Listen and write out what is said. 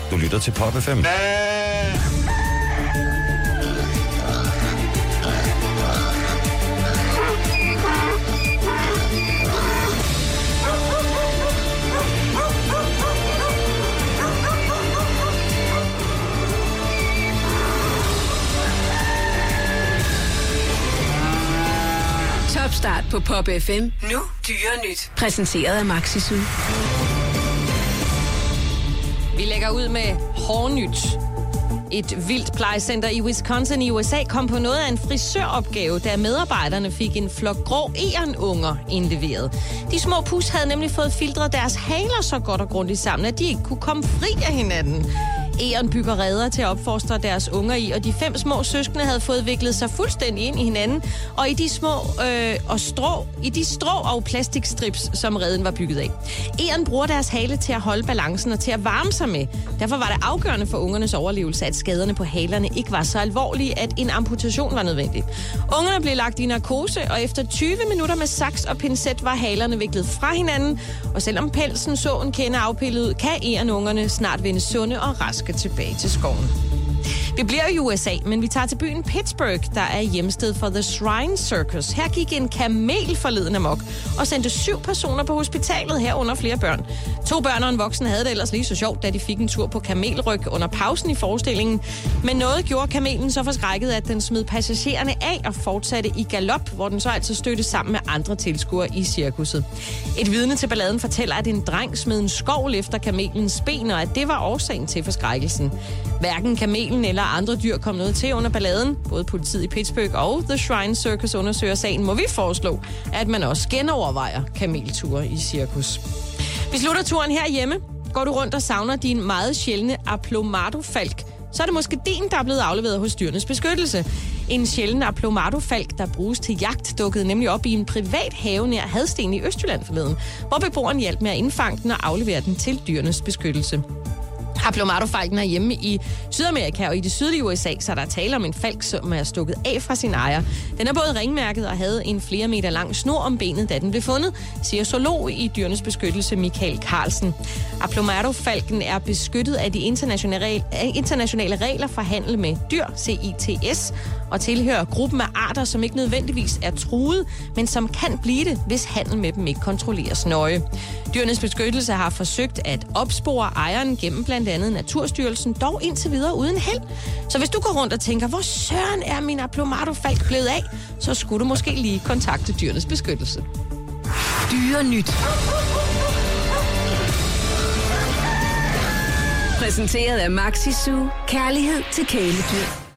Du lytter til Pop FM. Start på Pop FM. Nu dyre nyt. Præsenteret af Maxi Zoo. Vi lægger ud med hårnyt. Et vildt plejecenter i Wisconsin i USA kom på noget af en frisøropgave, da medarbejderne fik en flok grå egernunger indleveret. De små pus havde nemlig fået filtret deres haler så godt og grundigt sammen, at de ikke kunne komme fri af hinanden. Egern bygger reder til at opfostre deres unger i, og de 5 små søskende havde fået viklet sig fuldstændig ind i hinanden, og i de strå og plastikstrips, som reden var bygget af. Egern bruger deres hale til at holde balancen og til at varme sig med. Derfor var det afgørende for ungernes overlevelse, at skaderne på halerne ikke var så alvorlige, at en amputation var nødvendig. Ungerne blev lagt i narkose, og efter 20 minutter med saks og pincet var halerne viklet fra hinanden, og selvom pelsen så en kende afpillet ud, kan egernungerne snart vende sunde og raske tilbage til skoven. Vi bliver i USA, men vi tager til byen Pittsburgh, der er hjemsted for The Shrine Circus. Her gik en kamel forleden amok og sendte 7 personer på hospitalet, herunder flere børn. 2 børn og en voksen havde det ellers lige så sjovt, da de fik en tur på kamelryg under pausen i forestillingen. Men noget gjorde kamelen så forskrækket, at den smed passagererne af og fortsatte i galop, hvor den så altså stødte sammen med andre tilskuere i cirkuset. Et vidne til balladen fortæller, at en dreng smed en skovl efter kamelens ben, og at det var årsagen til forskrækkelsen. Hverken kamelen eller andre dyr kom noget til under balladen. Både politiet i Pittsburgh og The Shrine Circus undersøger sagen, må vi foreslå, at man også genovervejer kamelture i cirkus. Vi slutter turen herhjemme. Går du rundt og savner din meget sjældne Aplomado-falk, så er det måske din, der er blevet afleveret hos Dyrenes Beskyttelse. En sjælden Aplomado-falk, der bruges til jagt, dukkede nemlig op i en privat have nær Hadsten i Østjylland forleden, hvor beboeren hjalp med at indfange den og aflevere den til Dyrenes Beskyttelse. Aplomado-falken er hjemme i Sydamerika og i det sydlige USA, så der er tale om en falk, som er stukket af fra sin ejer. Den er både ringmærket og havde en flere meter lang snor om benet, da den blev fundet, siger zoolog i Dyrenes Beskyttelse Michael Carlsen. Aplomado-falken er beskyttet af de internationale regler for handel med dyr, CITES, og tilhører gruppen af arter, som ikke nødvendigvis er truet, men som kan blive det, hvis handel med dem ikke kontrolleres nøje. Dyrenes Beskyttelse har forsøgt at opspore ejeren gennem blandt andet Naturstyrelsen, dog indtil videre uden held. Så hvis du går rundt og tænker, hvor søren er min Aplomado-falk blevet af, så skulle du måske lige kontakte Dyrenes Beskyttelse. Dyre nyt. Præsenteret af Maxi Zoo. Kærlighed til kæledyr.